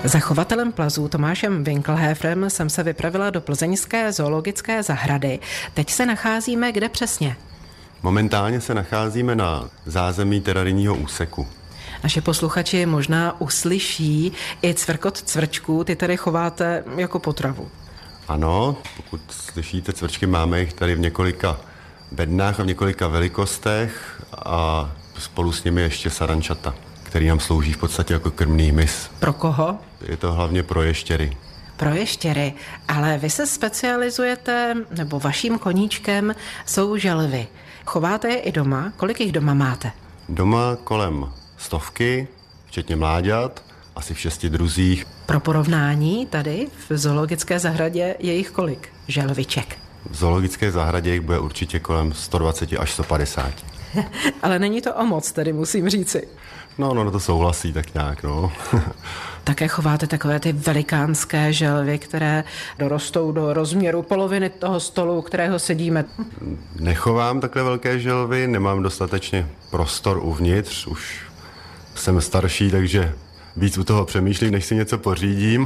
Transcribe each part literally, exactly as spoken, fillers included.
Za chovatelem plazů Tomášem Winkelhöferem jsem se vypravila do plzeňské zoologické zahrady. Teď se nacházíme kde přesně? Momentálně se nacházíme na zázemí terarijního úseku. Naše posluchači možná uslyší i cvrkot cvrčků, ty tady chováte jako potravu. Ano, pokud slyšíte cvrčky, máme jich tady v několika bednách a v několika velikostech a spolu s nimi ještě sarančata, který nám slouží v podstatě jako krmný hmyz. Pro koho? Je to hlavně pro ještěry. Pro ještěry, ale vy se specializujete, nebo vaším koníčkem jsou želvy. Chováte je i doma? Kolik jich doma máte? Doma kolem stovky, včetně mláďat, asi v šesti druzích. Pro porovnání tady v zoologické zahradě je jich kolik želviček? V zoologické zahradě jich bude určitě kolem sto dvacet až sto padesát. Ale není to o moc, tedy musím říci. No, no, no to souhlasí tak nějak, no. Také chováte takové ty velikánské želvy, které dorostou do rozměru poloviny toho stolu, u kterého sedíme. Nechovám takhle velké želvy, nemám dostatečně prostor uvnitř, už jsem starší, takže víc u toho přemýšlím, než si něco pořídím.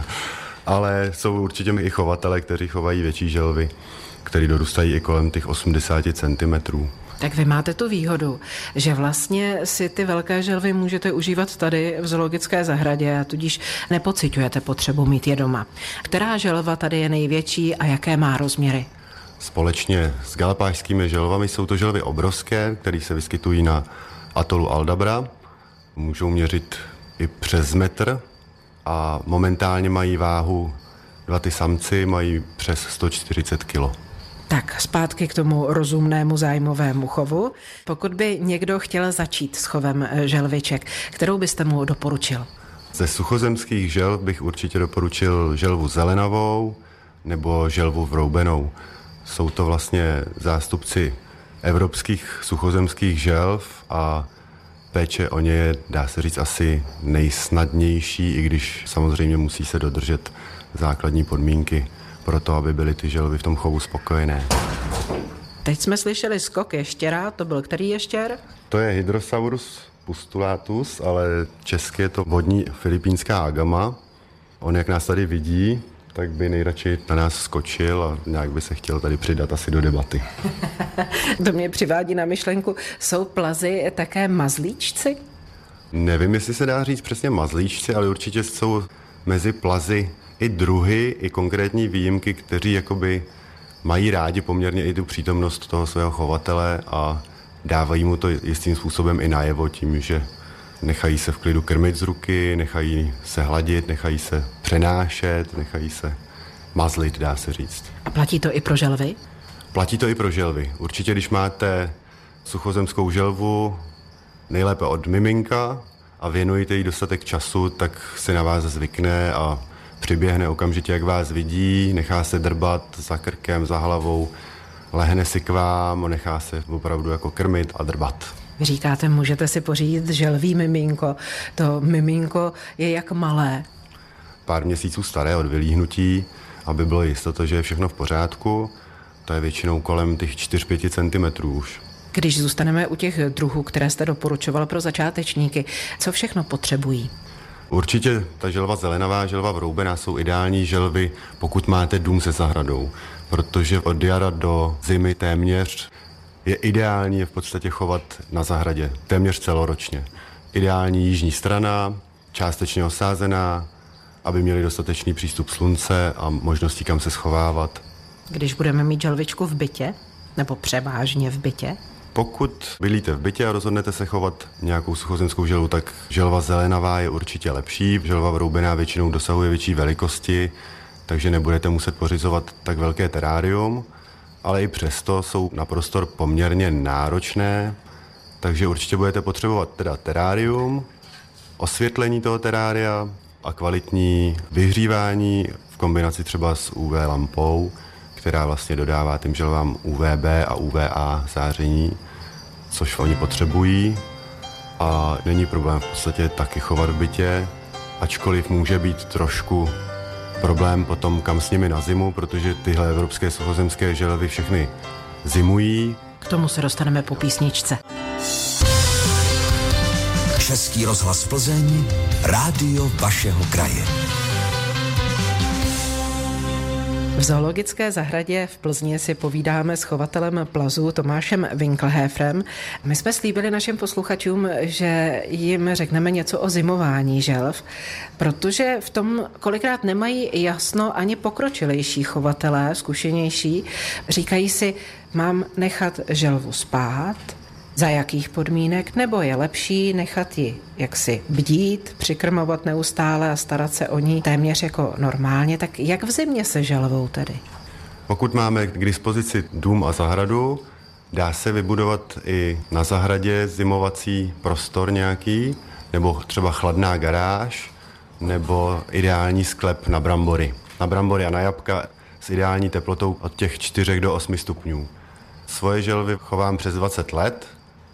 Ale jsou určitě i chovatele, kteří chovají větší želvy, které dorůstají i kolem těch osmdesát centimetrů. Tak vy máte tu výhodu, že vlastně si ty velké želvy můžete užívat tady v zoologické zahradě a tudíž nepociťujete potřebu mít je doma. Která želva tady je největší a jaké má rozměry? Společně s galapášskými želvami jsou to želvy obrovské, které se vyskytují na atolu Aldabra. Můžou měřit i přes metr a momentálně mají váhu, dva ty samci mají přes sto čtyřicet kilo. Tak, zpátky k tomu rozumnému zájmovému chovu. Pokud by někdo chtěl začít s chovem želviček, kterou byste mu doporučil? Ze suchozemských želv bych určitě doporučil želvu zelenavou nebo želvu vroubenou. Jsou to vlastně zástupci evropských suchozemských želv a péče o ně je, dá se říct, asi nejsnadnější, i když samozřejmě musí se dodržet základní podmínky pro to, aby byly ty želvy v tom chovu spokojené. Teď jsme slyšeli skok ještěra, to byl který ještěr? To je Hydrosaurus pustulatus, ale česky je to vodní filipínská agama. On, jak nás tady vidí, tak by nejradši na nás skočil a nějak by se chtěl tady přidat asi do debaty. To mě přivádí na myšlenku, jsou plazy také mazlíčci? Nevím, jestli se dá říct přesně mazlíčci, ale určitě jsou mezi plazy i druhy, i konkrétní výjimky, kteří jakoby mají rádi poměrně i tu přítomnost toho svého chovatele a dávají mu to jistým způsobem i najevo tím, že nechají se v klidu krmit z ruky, nechají se hladit, nechají se přenášet, nechají se mazlit, dá se říct. A platí to i pro želvy? Platí to i pro želvy. Určitě, když máte suchozemskou želvu, nejlépe od miminka a věnujete jí dostatek času, tak se na vás zvykne a přiběhne okamžitě, jak vás vidí, nechá se drbat za krkem, za hlavou, lehne si k vám, nechá se opravdu jako krmit a drbat. Vy říkáte, můžete si pořídit želví miminko. To miminko je jak malé? Pár měsíců staré od vylíhnutí, aby bylo jistota, že je všechno v pořádku. To je většinou kolem těch čtyři až pět centimetrů už. Když zůstaneme u těch druhů, které jste doporučoval pro začátečníky, co všechno potřebují? Určitě ta želva zelenavá, želva vroubená jsou ideální želvy, pokud máte dům se zahradou, protože od jara do zimy téměř je ideální je v podstatě chovat na zahradě, téměř celoročně. Ideální jižní strana, částečně osázená, aby měli dostatečný přístup slunce a možnosti kam se schovávat. Když budeme mít želvičku v bytě, nebo převážně v bytě? Pokud bydlíte v bytě a rozhodnete se chovat nějakou suchozemskou želvu, tak želva zelenavá je určitě lepší. Želva vroubená většinou dosahuje větší velikosti, takže nebudete muset pořizovat tak velké terárium, ale i přesto jsou na prostor poměrně náročné, takže určitě budete potřebovat teda terárium, osvětlení toho terária a kvalitní vyhřívání v kombinaci třeba s U V lampou, která vlastně dodává tím želvám U V B a U V A záření, což oni potřebují a není problém v podstatě taky chovat v bytě, ačkoliv může být trošku problém potom kam s nimi na zimu, protože tyhle evropské suchozemské želvy všechny zimují. K tomu se dostaneme po písničce. Český rozhlas Plzeň, rádio vašeho kraje. V zoologické zahradě v Plzni si povídáme s chovatelem plazů Tomášem Winkelhöferem. My jsme slíbili našim posluchačům, že jim řekneme něco o zimování želv, protože v tom kolikrát nemají jasno ani pokročilejší chovatelé, zkušenější. Říkají si, mám nechat želvu spát, za jakých podmínek, nebo je lepší nechat ji jaksi bdít, přikrmovat neustále a starat se o ní téměř jako normálně. Tak jak v zimě se želvou tedy? Pokud máme k dispozici dům a zahradu, dá se vybudovat i na zahradě zimovací prostor nějaký, nebo třeba chladná garáž, nebo ideální sklep na brambory. Na brambory a na jablka s ideální teplotou od těch čtyři do osmi stupňů. Svoje želvy chovám přes dvacet let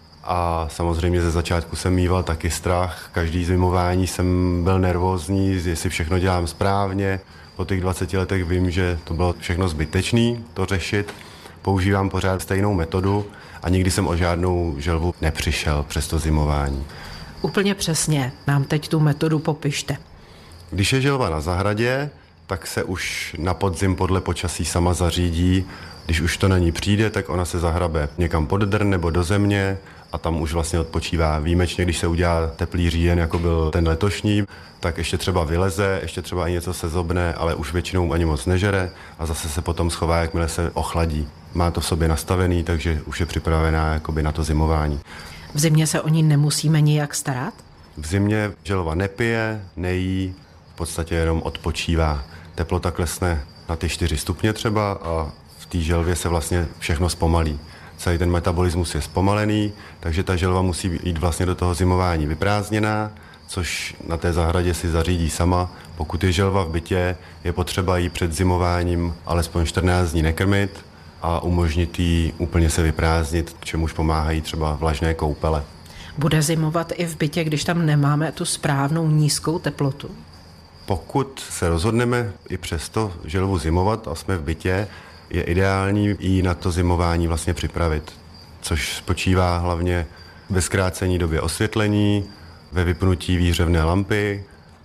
a samozřejmě ze začátku jsem mýval taky strach. Každý zimování jsem byl nervózní, jestli všechno dělám správně. Po těch dvaceti letech vím, že to bylo všechno zbytečný to řešit. Používám pořád stejnou metodu a nikdy jsem o žádnou želvu nepřišel přes to zimování. Úplně přesně. Nám teď tu metodu popište. Když je želva na zahradě, tak se už na podzim podle počasí sama zařídí. Když už to na ní přijde, tak ona se zahrabe někam pod drn nebo do země a tam už vlastně odpočívá. Výjimečně, když se udělá teplý říjen, jako byl ten letošní, tak ještě třeba vyleze, ještě třeba i něco se zobne, ale už většinou ani moc nežere a zase se potom schová, jakmile se ochladí. Má to v sobě nastavený, takže už je připravená jakoby na to zimování. V zimě se o ní nemusíme nijak starat? V zimě želva nepije, nejí, v podstatě jenom odpočívá. Teplota klesne na ty čtyři stupně třeba a v té želvě se vlastně všechno zpomalí. Celý ten metabolismus je zpomalený, takže ta želva musí jít vlastně do toho zimování vyprázdněná, což na té zahradě si zařídí sama. Pokud je želva v bytě, je potřeba jí před zimováním alespoň čtrnáct dní nekrmit a umožnit jí úplně se vyprázdnit, čemuž pomáhají třeba vlažné koupele. Bude zimovat i v bytě, když tam nemáme tu správnou nízkou teplotu? Pokud se rozhodneme i přesto želvu zimovat a jsme v bytě, je ideální jí na to zimování vlastně připravit, což spočívá hlavně ve zkrácení doby osvětlení, ve vypnutí výhřevné lampy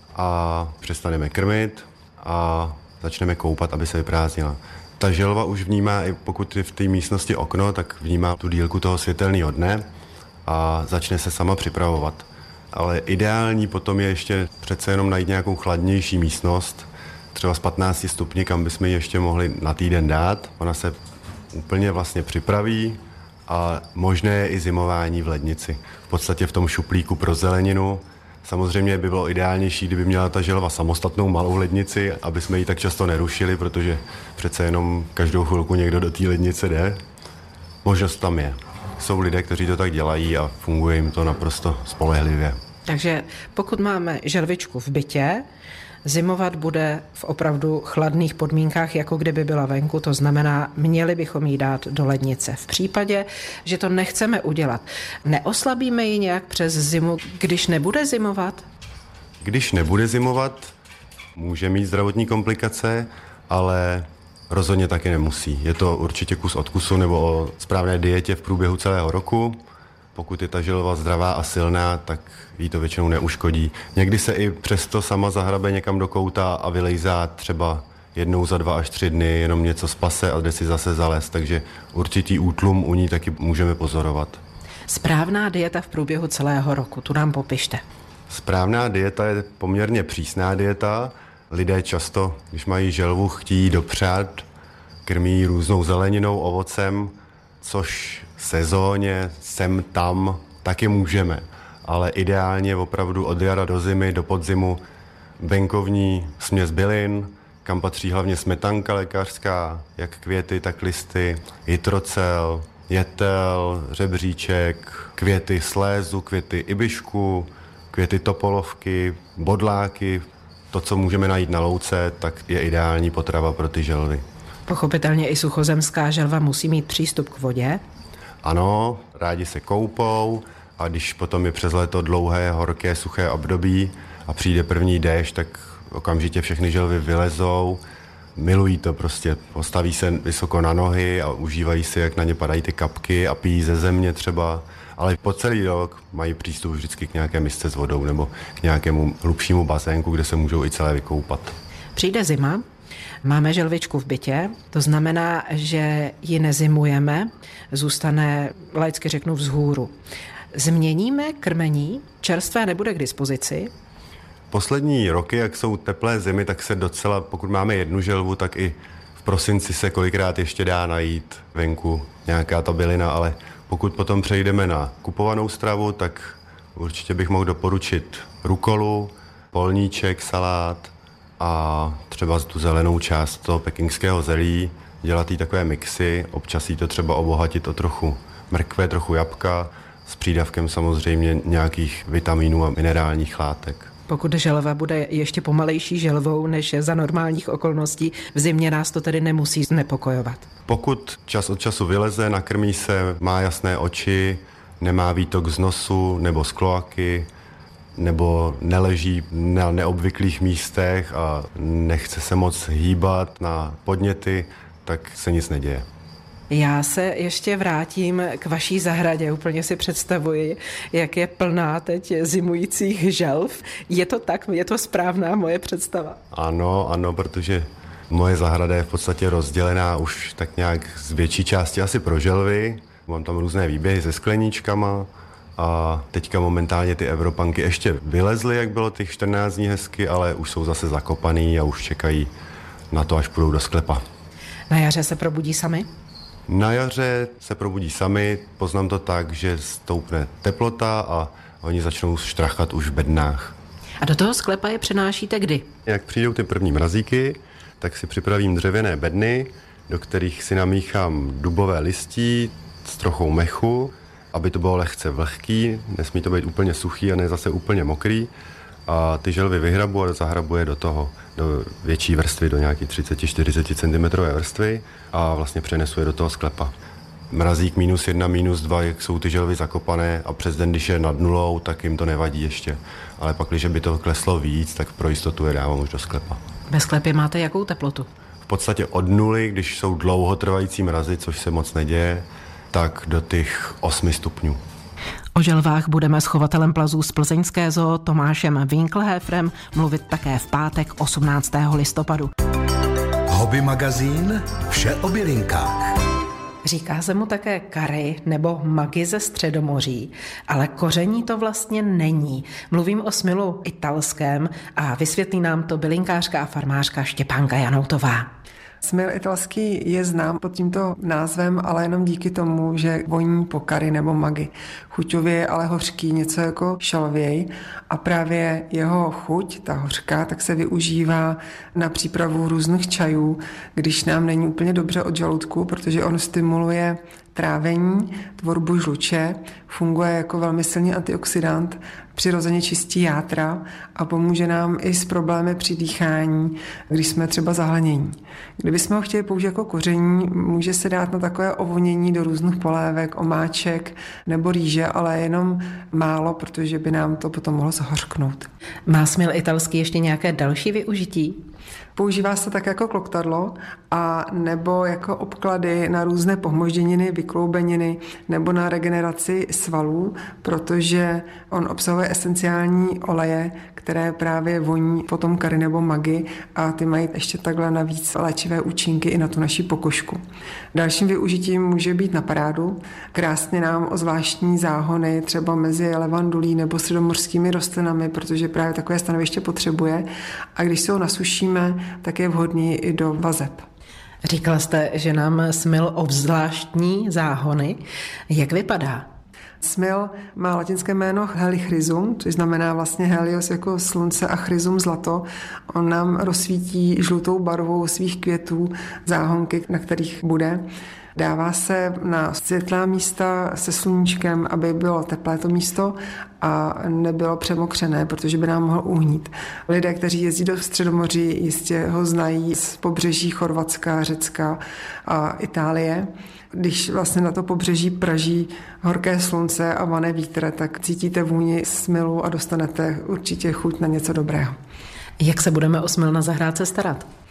a přestaneme krmit a začneme koupat, aby se vyprázdnila. Ta želva už vnímá, i pokud je v té místnosti okno, tak vnímá tu dílku toho světelného dne a začne se sama připravovat. Ale ideální potom je ještě přece jenom najít nějakou chladnější místnost, třeba z patnácti stupni, kam bychom ji ještě mohli na týden dát. Ona se úplně vlastně připraví a možné je i zimování v lednici. V podstatě v tom šuplíku pro zeleninu. Samozřejmě by bylo ideálnější, kdyby měla ta želva samostatnou malou lednici, aby jsme ji tak často nerušili, protože přece jenom každou chvilku někdo do té lednice jde. Možnost tam je. Jsou lidé, kteří to tak dělají a funguje jim to naprosto spolehlivě. Takže pokud máme želvičku v bytě, zimovat bude v opravdu chladných podmínkách, jako kdyby byla venku, to znamená, měli bychom ji dát do lednice. V případě, že to nechceme udělat, neoslabíme ji nějak přes zimu, když nebude zimovat? Když nebude zimovat, může mít zdravotní komplikace, ale rozhodně taky nemusí. Je to určitě kus od kusu nebo o správné dietě v průběhu celého roku. Pokud je ta želva zdravá a silná, tak jí to většinou neuškodí. Někdy se i přesto sama zahrabe někam do kouta a vylejzá třeba jednou za dva až tři dny, jenom něco spase a jde si zase zalézt, takže určitý útlum u ní taky můžeme pozorovat. Správná dieta v průběhu celého roku, tu nám popište. Správná dieta je poměrně přísná dieta. Lidé často, když mají želvu, chtějí dopřát, krmí různou zeleninou, ovocem, což sezóně, sem tam, taky můžeme. Ale ideálně opravdu od jara do zimy, do podzimu venkovní směs bylin, kam patří hlavně smetanka lékařská, jak květy, tak listy, jitrocel, jetel, řebříček, květy slézu, květy ibišku, květy topolovky, bodláky. To, co můžeme najít na louce, tak je ideální potrava pro ty želvy. Pochopitelně i suchozemská želva musí mít přístup k vodě. Ano, rádi se koupou a když potom je přes léto dlouhé, horké, suché období a přijde první déšť, tak okamžitě všechny želvy vylezou, milují to prostě, postaví se vysoko na nohy a užívají si, jak na ně padají ty kapky a pijí ze země třeba ale po celý rok mají přístup vždycky k nějaké misce s vodou nebo k nějakému hlubšímu bazénku, kde se můžou i celé vykoupat. Přijde zima, máme želvičku v bytě, to znamená, že ji nezimujeme, zůstane, laicky řeknu, vzhůru. Změníme krmení, čerstvé nebude k dispozici. Poslední roky, jak jsou teplé zimy, tak se docela, pokud máme jednu želvu, tak i v prosinci se kolikrát ještě dá najít venku nějaká ta bylina, ale pokud potom přejdeme na kupovanou stravu, tak určitě bych mohl doporučit rukolu, polníček, salát a třeba tu zelenou část toho pekingského zelí, dělat jí takové mixy, občas jí to třeba obohatit o trochu mrkve, trochu jabka, s přídavkem samozřejmě nějakých vitamínů a minerálních látek. Pokud želva bude ještě pomalejší želvou než za normálních okolností, v zimě nás to tedy nemusí znepokojovat. Pokud čas od času vyleze, nakrmí se, má jasné oči, nemá výtok z nosu nebo z kloaky, nebo neleží na neobvyklých místech a nechce se moc hýbat na podněty, tak se nic neděje. Já se ještě vrátím k vaší zahradě. Úplně si představuji, jak je plná teď zimujících želv. Je to tak? Je to správná moje představa? Ano, ano, protože moje zahrada je v podstatě rozdělená už tak nějak z větší části asi pro želvy. Mám tam různé výběhy se skleníčkama a teďka momentálně ty evropanky ještě vylezly, jak bylo těch čtrnáct dní hezky, ale už jsou zase zakopaný a už čekají na to, až půjdou do sklepa. Na jaře se probudí sami? Na jaře se probudí sami, poznám to tak, že stoupne teplota a oni začnou štrachat už v bednách. A do toho sklepa je přenášíte kdy? Jak přijdou ty první mrazíky, tak si připravím dřevěné bedny, do kterých si namíchám dubové listí s trochou mechu, aby to bylo lehce vlhký, nesmí to být úplně suchý a ne zase úplně mokrý. A ty želvy vyhrabu a zahrabuje do toho, do větší vrstvy, do nějaký třicet až čtyřicet centimetrů vrstvy a vlastně přenesu je do toho sklepa. Mrazík minus jedna, minus dva, jak jsou ty želvy zakopané a přes den, když je nad nulou, tak jim to nevadí ještě. Ale pak, když by to kleslo víc, tak pro jistotu je dávám už do sklepa. Ve sklepě máte jakou teplotu? V podstatě od nuly, když jsou dlouhotrvající mrazy, což se moc neděje, tak do těch osmi stupňů. O želvách budeme s chovatelem plazů z plzeňské zoo Tomášem Winkelhöferem mluvit také v pátek osmnáctého listopadu. Hobby magazín Vše o bylinkách. Říká se mu také curry nebo magi ze Středomoří, ale koření to vlastně není. Mluvím o smilu italském a vysvětlí nám to bylinkářka a farmářka Štěpánka Janoutová. Smil italský je znám pod tímto názvem, ale jenom díky tomu, že voní po curry nebo magi. Chuťově je ale hořký, něco jako šalvěj a právě jeho chuť, ta hořká, tak se využívá na přípravu různých čajů, když nám není úplně dobře od žaludku, protože on stimuluje trávení, tvorbu žluče, funguje jako velmi silný antioxidant, přirozeně čistí játra a pomůže nám i s problémy při dýchání, když jsme třeba zahlenění. Kdybychom ho chtěli použít jako koření, může se dát na takové ovonění do různých polévek, omáček nebo rýže, ale jenom málo, protože by nám to potom mohlo zhořknout. Má smil italský ještě nějaké další využití? Používá se tak jako kloktadlo a nebo jako obklady na různé pohmožděniny, vykloubeniny nebo na regeneraci svalů, protože on obsahuje esenciální oleje, které právě voní potom curry nebo magi a ty mají ještě takhle navíc léčivé účinky i na tu naši pokožku. Dalším využitím může být na parádu. Krásně nám o zvláštní záhony třeba mezi levandulí nebo středomořskými rostlinami, protože právě takové stanoviště potřebuje a když se ho nasušíme, tak je vhodný i do vazeb. Říkala jste, že nám smil obzvláštní záhony. Jak vypadá? Smil má latinské jméno helichryzum, což znamená vlastně helios jako slunce a chryzum zlato. On nám rozsvítí žlutou barvou svých květů záhonky, na kterých bude. Dává se na světlá místa se sluníčkem, aby bylo teplé to místo a nebylo přemokřené, protože by nám mohl uhnít. Lidé, kteří jezdí do Středomoří, jistě ho znají z pobřeží Chorvatska, Řecka a Itálie. Když vlastně na to pobřeží praží horké slunce a vane vítr, tak cítíte vůni smilu a dostanete určitě chuť na něco dobrého. Jak se budeme o smil na zahrádce starat?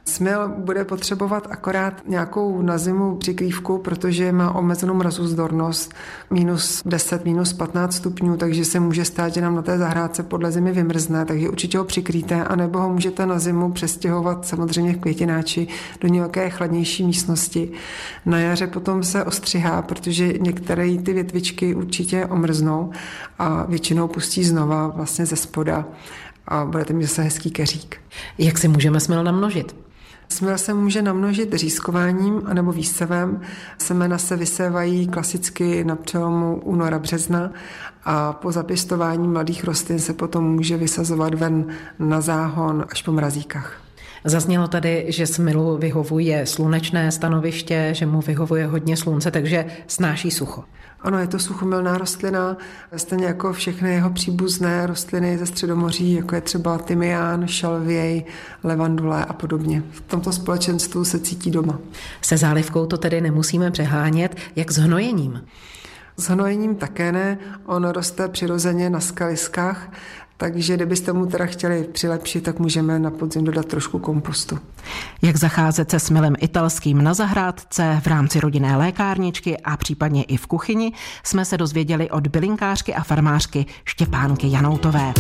Smil bude potřebovat akorát nějakou na zimu přikrývku, protože má omezenou mrazozdornost, minus deset, minus patnáct stupňů, takže se může stát, že nám na té zahrádce podle zimy vymrzne, takže určitě ho přikrýte, anebo ho můžete na zimu přestěhovat samozřejmě v květináči do nějaké chladnější místnosti. Na jaře potom se ostřihá, protože některé ty větvičky určitě omrznou a většinou pustí znova vlastně ze spoda a budete mít zase hezký keřík. Jak si můžeme smil namnožit? Smil se může namnožit řízkováním anebo výsevem. Semena se vysévají klasicky na přelomu února března a po zapěstování mladých rostlin se potom může vysazovat ven na záhon až po mrazíkách. Zaznělo tady, že smilu vyhovuje slunečné stanoviště, že mu vyhovuje hodně slunce, takže snáší sucho. Ano, je to suchomilná rostlina, stejně jako všechny jeho příbuzné rostliny ze Středomoří, jako je třeba tymián, šalvěj, levandule a podobně. V tomto společenstvu se cítí doma. Se zálivkou to tedy nemusíme přehánět, jak s hnojením. S hnojením také ne, on roste přirozeně na skaliskách, takže kdybyste mu teda chtěli přilepšit, tak můžeme na podzim dodat trošku kompostu. Jak zacházet se smilem italským na zahrádce v rámci rodinné lékárničky a případně i v kuchyni, jsme se dozvěděli od bylinkářky a farmářky Štěpánky Janoutové.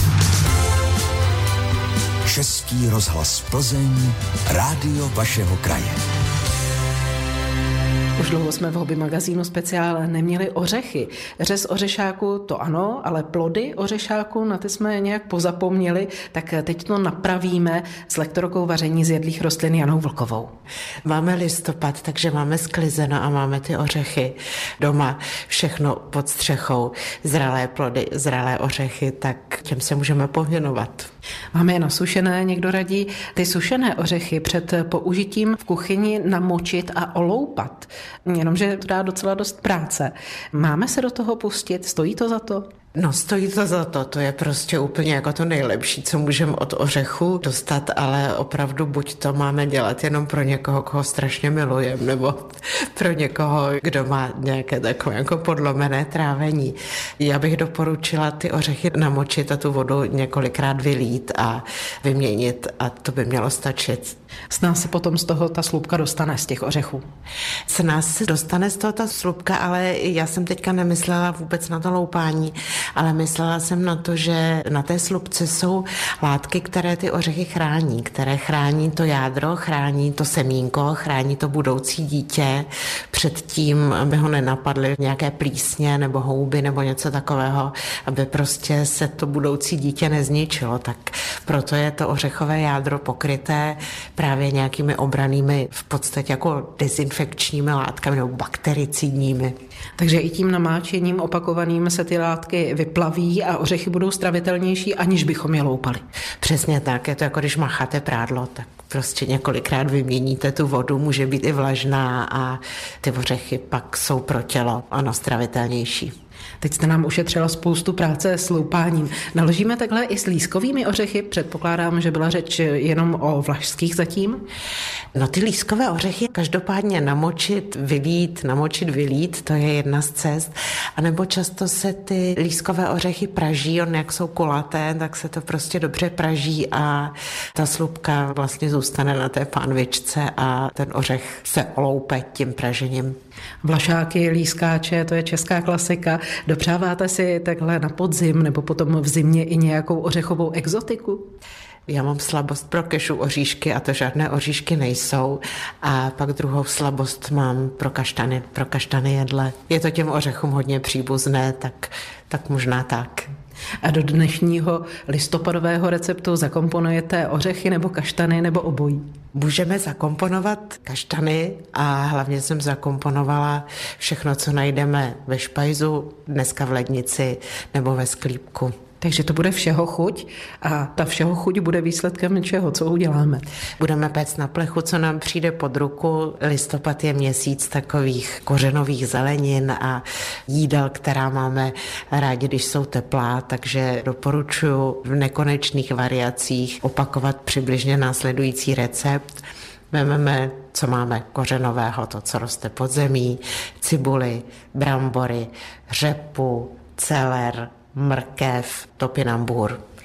Český rozhlas Plzeň, rádio vašeho kraje. Už dlouho jsme v Hobby magazínu speciál neměli ořechy. Řez ořešáku to ano, ale plody ořešáku, na ty jsme nějak pozapomněli, tak teď to napravíme s lektorkou vaření z jedlých rostlin Janou Vlkovou. Máme listopad, takže máme sklizeno a máme ty ořechy doma, všechno pod střechou, zralé plody, zralé ořechy, tak těm se můžeme pověnovat. Máme je nasušené, někdo radí ty sušené ořechy před použitím v kuchyni namočit a oloupat. Jenomže to dá docela dost práce. Máme se do toho pustit? Stojí to za to? No, stojí to za to, to je prostě úplně jako to nejlepší, co můžeme od ořechu dostat, ale opravdu buď to máme dělat jenom pro někoho, koho strašně milujeme, nebo pro někoho, kdo má nějaké takové jako podlomené trávení. Já bych doporučila ty ořechy namočit a tu vodu několikrát vylít a vyměnit a to by mělo stačit. S nás se potom z toho ta slupka dostane z těch ořechů. S nás se dostane z toho ta slupka, ale já jsem teďka nemyslela vůbec na to loupání, ale myslela jsem na to, že na té slupce jsou látky, které ty ořechy chrání, které chrání to jádro, chrání to semínko, chrání to budoucí dítě před tím, aby ho nenapadly nějaké plísně nebo houby nebo něco takového, aby prostě se to budoucí dítě nezničilo. Tak proto je to ořechové jádro pokryté právě nějakými obranými, v podstatě jako dezinfekčními látkami nebo baktericidními. Takže i tím namáčením opakovaným se ty látky vyplaví a ořechy budou stravitelnější, aniž bychom je loupali. Přesně tak, je to jako když macháte prádlo, tak prostě několikrát vyměníte tu vodu, může být i vlažná a ty ořechy pak jsou pro tělo ano stravitelnější. Teď jste nám ušetřila spoustu práce s loupáním. Naložíme takhle i s lískovými ořechy? Předpokládám, že byla řeč jenom o vlašských zatím. No ty lískové ořechy každopádně namočit, vylít, namočit, vylít, to je jedna z cest. A nebo často se ty lískové ořechy praží, on jak jsou kulaté, tak se to prostě dobře praží a ta slupka vlastně zůstane na té pánvičce a ten ořech se oloupe tím pražením. Vlašáky, lískáče, to je česká klasika. Dopřáváte si takhle na podzim nebo potom v zimě i nějakou ořechovou exotiku? Já mám slabost pro kešu oříšky a to žádné oříšky nejsou. A pak druhou slabost mám pro kaštany, pro kaštany jedle. Je to těm ořechům hodně příbuzné, tak, tak možná tak. A do dnešního listopadového receptu zakomponujete ořechy nebo kaštany nebo obojí? Můžeme zakomponovat kaštany a hlavně jsem zakomponovala všechno, co najdeme ve špajzu, dneska v lednici nebo ve sklípku. Takže to bude všeho chuť a ta všeho chuť bude výsledkem čeho, co uděláme. Budeme péct na plechu, co nám přijde pod ruku. Listopad je měsíc takových kořenových zelenin a jídel, která máme rádi, když jsou teplá, takže doporučuji v nekonečných variacích opakovat přibližně následující recept. Vezmeme, co máme kořenového, to, co roste pod zemí, cibuli, brambory, řepu, celer, mrkev, topinambur.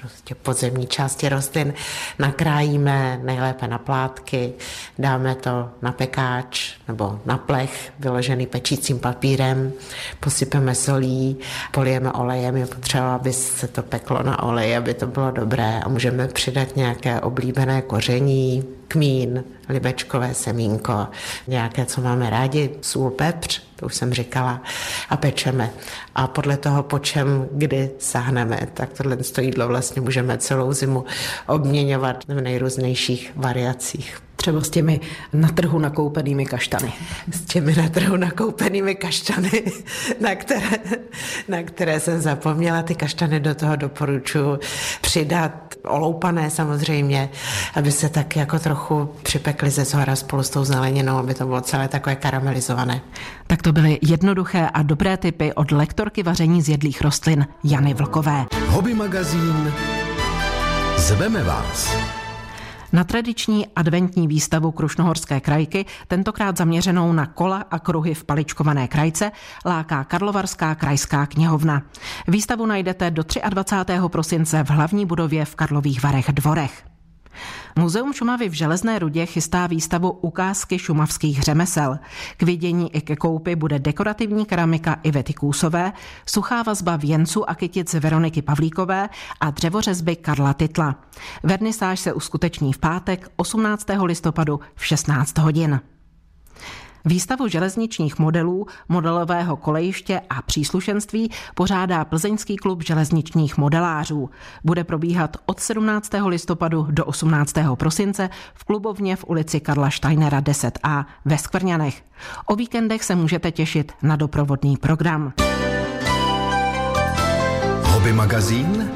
prostě podzemní části rostlin, nakrájíme nejlépe na plátky, dáme to na pekáč nebo na plech, vyložený pečícím papírem, posypeme solí, polijeme olejem, je potřeba, aby se to peklo na olej, aby to bylo dobré a můžeme přidat nějaké oblíbené koření, kmín, libečkové semínko, nějaké, co máme rádi, sůl, pepř, to už jsem říkala, a pečeme. A podle toho, po čem kdy sáhneme, tak tohle jídlo vlastně můžeme celou zimu obměňovat v nejrůznějších variacích. Třeba s těmi na trhu nakoupenými kaštany. S těmi na trhu nakoupenými kaštany, na které, na které jsem zapomněla. Ty kaštany do toho doporučuji přidat, oloupané samozřejmě, aby se tak jako trochu připekly ze zhora spolu s tou zeleninou, aby to bylo celé takové karamelizované. Tak to byly jednoduché a dobré tipy od lektorky vaření z jedlých rostlin Jany Vlkové. Hobby magazín Zveme vás na tradiční adventní výstavu Krušnohorské krajky, tentokrát zaměřenou na kola a kruhy v Paličkované krajce, láká Karlovarská krajská knihovna. Výstavu najdete do dvacátého třetího prosince v hlavní budově v Karlových Varech Dvorech. Muzeum Šumavy v Železné Rudě chystá výstavu Ukázky šumavských řemesel. K vidění i ke koupi bude dekorativní keramika Ivety Kůsové, suchá vazba věnců a kytic Veroniky Pavlíkové a dřevořezby Karla Titla. Vernisáž se uskuteční v pátek osmnáctého listopadu v šestnáct hodin. Výstavu železničních modelů, modelového kolejiště a příslušenství pořádá Plzeňský klub železničních modelářů. Bude probíhat od sedmnáctého listopadu do osmnáctého prosince v klubovně v ulici Karla Steinera deset a ve Skvrňanech. O víkendech se můžete těšit na doprovodný program. Hobby magazín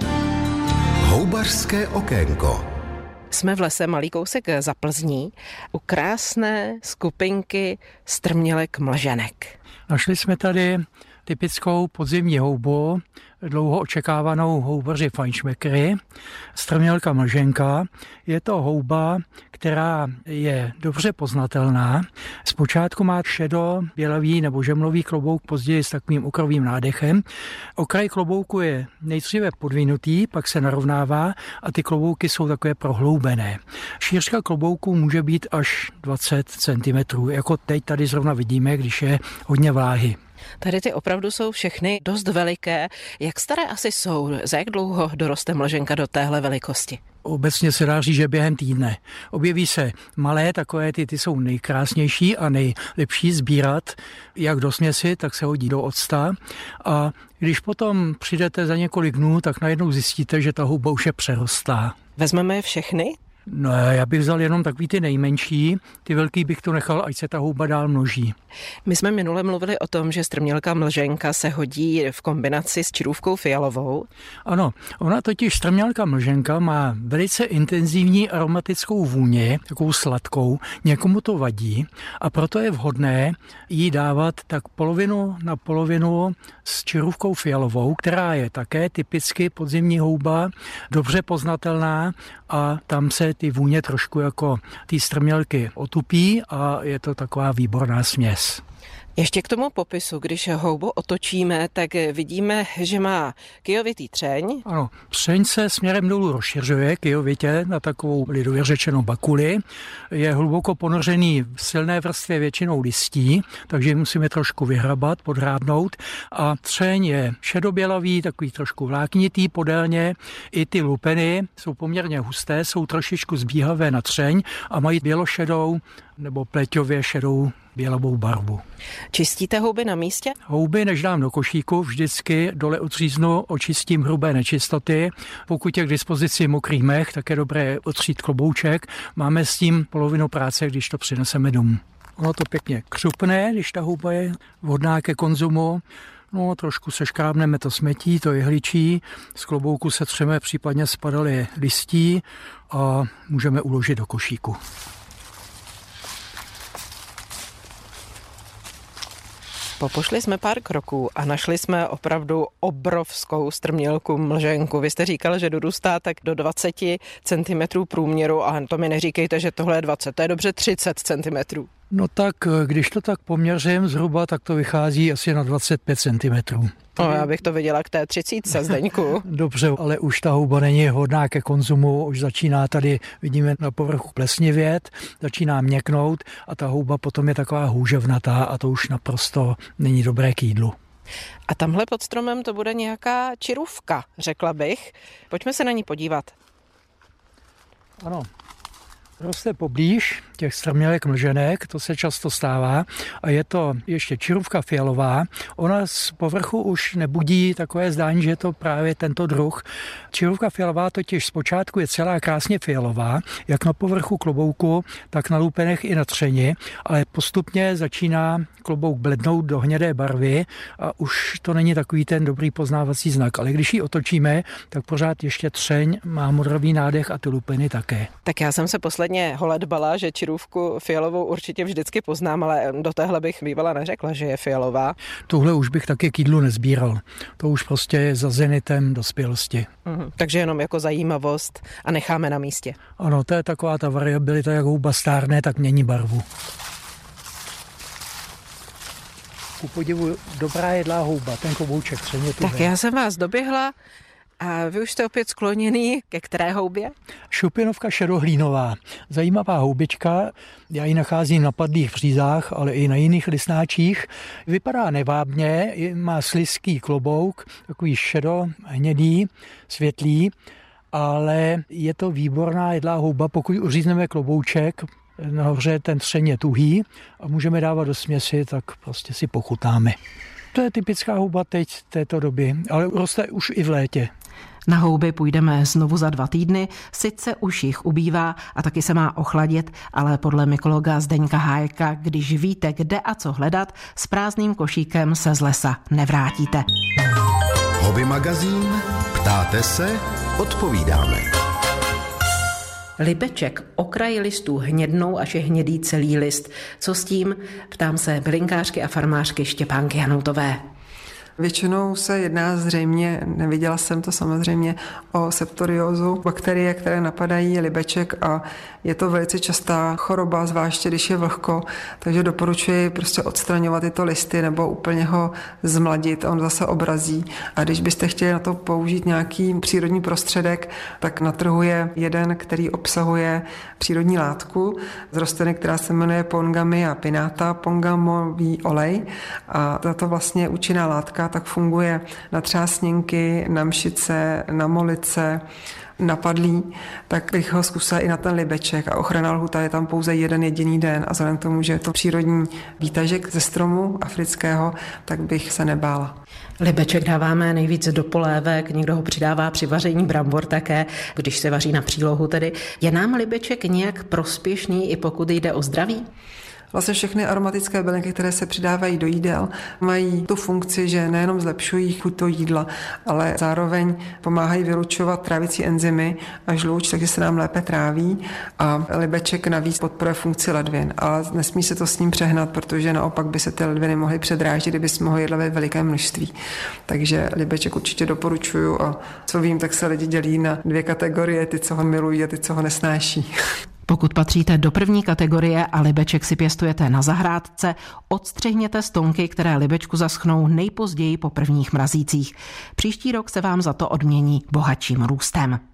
Houbařské okénko. Jsme v lese malý kousek za Plzní u krásné skupinky strmělek mlženek. Našli jsme tady typickou podzimní houbu, dlouho očekávanou houbaři fajnšmekry, strmělka mlženka. Je to houba, která je dobře poznatelná. Zpočátku má šedo, bělavý nebo žemlový klobouk, později s takovým okrovým nádechem. Okraj klobouku je nejdříve podvinutý, pak se narovnává a ty klobouky jsou takové prohloubené. Šířka klobouku může být až dvacet centimetrů, jako teď tady zrovna vidíme, když je hodně vláhy. Tady ty opravdu jsou všechny dost veliké. Jak staré asi jsou? Za jak dlouho doroste mlženka do téhle velikosti? Obecně se dá říct, že během týdne. Objeví se malé, takové ty, ty jsou nejkrásnější a nejlepší sbírat. Jak do směsi, tak se hodí do octa. A když potom přijdete za několik dnů, tak najednou zjistíte, že ta houba už je přerostlá. Vezmeme je všechny? No, já bych vzal jenom takový ty nejmenší, ty velký bych to nechal, ať se ta houba dál množí. My jsme minule mluvili o tom, že strmělka mlženka se hodí v kombinaci s čirůvkou fialovou. Ano, ona totiž strmělka mlženka má velice intenzivní aromatickou vůni, takovou sladkou, někomu to vadí a proto je vhodné jí dávat tak polovinu na polovinu s čirůvkou fialovou, která je také typicky podzimní houba, dobře poznatelná a tam se ty vůně trošku jako ty strmělky otupí a je to taková výborná směs. Ještě k tomu popisu, když houbu otočíme, tak vidíme, že má kyjovitý třeň. Ano, třeň se směrem dolů rozšiřuje kyjovitě na takovou lidově řečenou bakuli. Je hluboko ponořený v silné vrstvě většinou listí, takže musíme trošku vyhrabat, podhrábnout. A třeň je šedobělavý, takový trošku vláknitý podélně. I ty lupeny jsou poměrně husté, jsou trošičku zbíhavé na třeň a mají bělošedou nebo pleťově šedou bělavou barvu. Čistíte houby na místě? Houby, než dám do košíku, vždycky dole odříznu, očistím hrubé nečistoty. Pokud je k dispozici mokrý mech, tak je dobré otřít klobouček. Máme s tím polovinu práce, když to přineseme domů. Ono to pěkně křupne, když ta houba je vhodná ke konzumu. No, trošku seškrábneme to smetí, to jehličí, z klobouku se třeme, případně spadaly listí a můžeme uložit do košíku. Popošli jsme pár kroků a našli jsme opravdu obrovskou strmělku mlženku. Vy jste říkal, že dorůstá tak do dvacet centimetrů průměru a to mi neříkejte, že tohle je dvacet, to je dobře třicet centimetrů. No tak, když to tak poměřím zhruba, tak to vychází asi na dvacet pět centimetrů. No, já bych to viděla k té třicítce, Zdeňku. Dobře, ale už ta houba není hodná ke konzumu, už začíná tady, vidíme na povrchu plesnivět, začíná měknout a ta houba potom je taková hůževnatá a to už naprosto není dobré k jídlu. A tamhle pod stromem to bude nějaká čirůvka, řekla bych. Pojďme se na ní podívat. Ano. Roste poblíž těch strmělek mlženek, to se často stává a je to ještě čirůvka fialová. Ona z povrchu už nebudí takové zdání, že je to právě tento druh. Čirůvka fialová totiž zpočátku je celá krásně fialová, jak na povrchu klobouku, tak na lupenech i na třeni, ale postupně začíná klobouk blednout do hnědé barvy a už to není takový ten dobrý poznávací znak. Ale když ji otočíme, tak pořád ještě třeň má modravý nádech a ty lupeny také. Tak já jsem se posledně holedbala, že čirůvku fialovou určitě vždycky poznám, ale do téhle bych bývala neřekla, že je fialová. Tohle už bych taky k jídlu nezbíral. To už prostě je za zenitem dospělosti. Mhm, takže jenom jako zajímavost a necháme na místě. Ano, to je taková ta variabilita, jak houba stárne, tak mění barvu. Ku podivu dobrá jedlá houba, ten klobouček třeně tu. Tak já jsem vás doběhla a vy už jste opět skloněný ke které houbě? Šupinovka šedohlínová. Zajímavá houbička, já ji nacházím na padlých břízách, ale i na jiných listnáčích. Vypadá nevábně, má slizký klobouk, takový šedohnědý, světlý, ale je to výborná jedlá houba, pokud uřízneme klobouček, nahoře ten třeň je tuhý a můžeme dávat do směsi, tak prostě si pochutnáme. To je typická houba teď této doby, ale roste už i v létě. Na houby půjdeme znovu za dva týdny, sice už jich ubývá a taky se má ochladit, ale podle mykologa Zdeňka Hájka, když víte, kde a co hledat, s prázdným košíkem se z lesa nevrátíte. Hobby magazín, ptáte se, odpovídáme. Libeček, okraj listů hnědnou, až je hnědý celý list. Co s tím? Ptám se bylinkářky a farmářky Štěpánky Hanoutové. Většinou se jedná zřejmě, neviděla jsem to samozřejmě, o septoriózu, bakterie, které napadají libeček a je to velice častá choroba, zvláště když je vlhko, takže doporučuji prostě odstraňovat tyto listy nebo úplně ho zmladit, on zase obrazí. A když byste chtěli na to použít nějaký přírodní prostředek, tak na trhu je jeden, který obsahuje přírodní látku z rostliny, která se jmenuje Pongamia pinnata, pongamový olej a tato vlastně účinná látka tak funguje na třásněnky, na mšice, na molice, na padlí, tak bych ho zkusila i na ten libeček a ochrana lhuta je tam pouze jeden jediný den a vzhledem k tomu, že je to přírodní výtažek ze stromu afrického, tak bych se nebála. Libeček dáváme nejvíc do polévek, někdo ho přidává při vaření brambor také, když se vaří na přílohu tedy. Je nám libeček nějak prospěšný, i pokud jde o zdraví? Vlastně všechny aromatické bylinky, které se přidávají do jídel, mají tu funkci, že nejenom zlepšují chuť toho jídla, ale zároveň pomáhají vylučovat trávicí enzymy a žluč, takže se nám lépe tráví a libeček navíc podporuje funkci ledvin, ale nesmí se to s ním přehnat, protože naopak by se ty ledviny mohly předrážet, kdyby jsme ho jedli ve velikém množství. Takže libeček určitě doporučuju a co vím, tak se lidi dělí na dvě kategorie, ty, co ho milují a ty, co ho nesnáší. Pokud patříte do první kategorie a libeček si pěstujete na zahrádce, odstřihněte stonky, které libečku zaschnou nejpozději po prvních mrazících. Příští rok se vám za to odmění bohatším růstem.